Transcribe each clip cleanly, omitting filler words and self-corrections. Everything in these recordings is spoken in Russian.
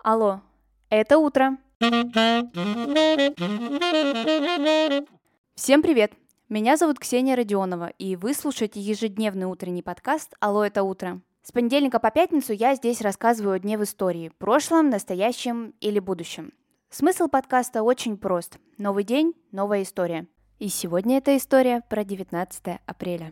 Алло, это утро. Всем привет! Меня зовут Ксения Родионова, и вы слушаете ежедневный утренний подкаст «Алло, это утро». С понедельника по пятницу я здесь рассказываю о дне в истории, прошлом, настоящем или будущем. Смысл подкаста очень прост. Новый день, новая история. И сегодня эта история про 19 апреля.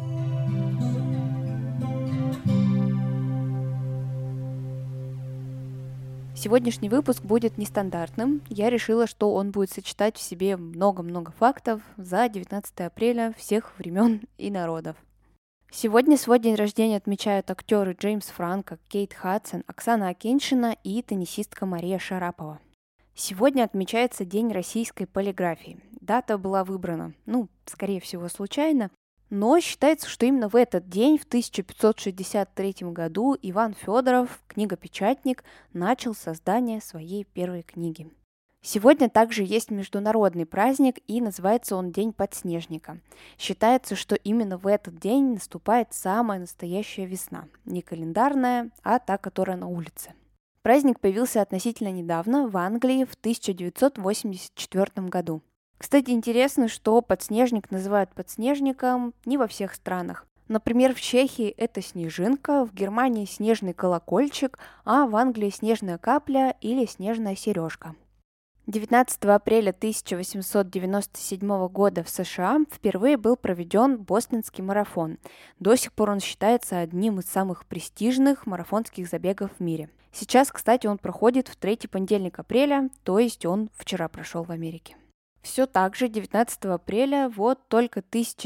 Сегодняшний выпуск будет нестандартным. Я решила, что он будет сочетать в себе много-много фактов за 19 апреля всех времен и народов. Сегодня свой день рождения отмечают актеры Джеймс Франко, Кейт Хадсон, Оксана Акиньшина и теннисистка Мария Шарапова. Сегодня отмечается День российской полиграфии. Дата была выбрана, скорее всего, случайно, но считается, что именно в этот день, в 1563 году, Иван Федоров, книгопечатник, начал создание своей первой книги. Сегодня также есть международный праздник, и называется он День подснежника. Считается, что именно в этот день наступает самая настоящая весна. Не календарная, а та, которая на улице. Праздник появился относительно недавно в Англии в 1984 году. Кстати, интересно, что подснежник называют подснежником не во всех странах. Например, в Чехии это снежинка, в Германии снежный колокольчик, а в Англии снежная капля или снежная сережка. 19 апреля 1897 года в США впервые был проведен Бостонский марафон. До сих пор он считается одним из самых престижных марафонских забегов в мире. Сейчас, кстати, он проходит в третий понедельник апреля, то есть он вчера прошел в Америке. Все так же 19 апреля, только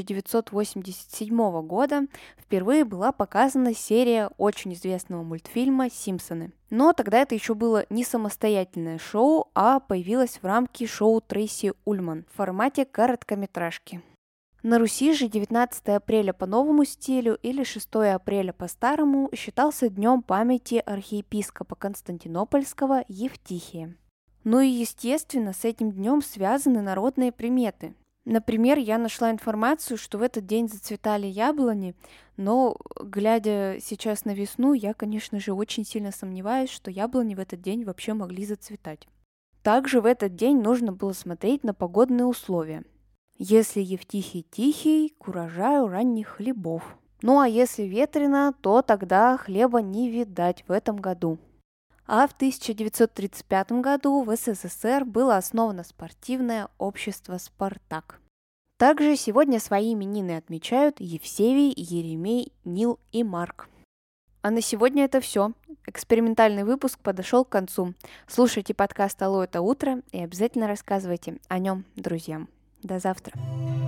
1987 года, впервые была показана серия очень известного мультфильма «Симпсоны». Но тогда это еще было не самостоятельное шоу, а появилось в рамке шоу Трейси Ульман в формате короткометражки. На Руси же 19 апреля по новому стилю или 6 апреля по старому считался днем памяти архиепископа Константинопольского Евтихия. И, естественно, с этим днем связаны народные приметы. Например, я нашла информацию, что в этот день зацветали яблони, но, глядя сейчас на весну, я, конечно же, очень сильно сомневаюсь, что яблони в этот день вообще могли зацветать. Также в этот день нужно было смотреть на погодные условия. Если Евтихий тихий, к урожаю ранних хлебов. А если ветрено, то тогда хлеба не видать в этом году. А в 1935 году в СССР было основано спортивное общество «Спартак». Также сегодня свои именины отмечают Евсевий, Еремей, Нил и Марк. А на сегодня это все. Экспериментальный выпуск подошел к концу. Слушайте подкаст «Алло, это утро» и обязательно рассказывайте о нем друзьям. До завтра.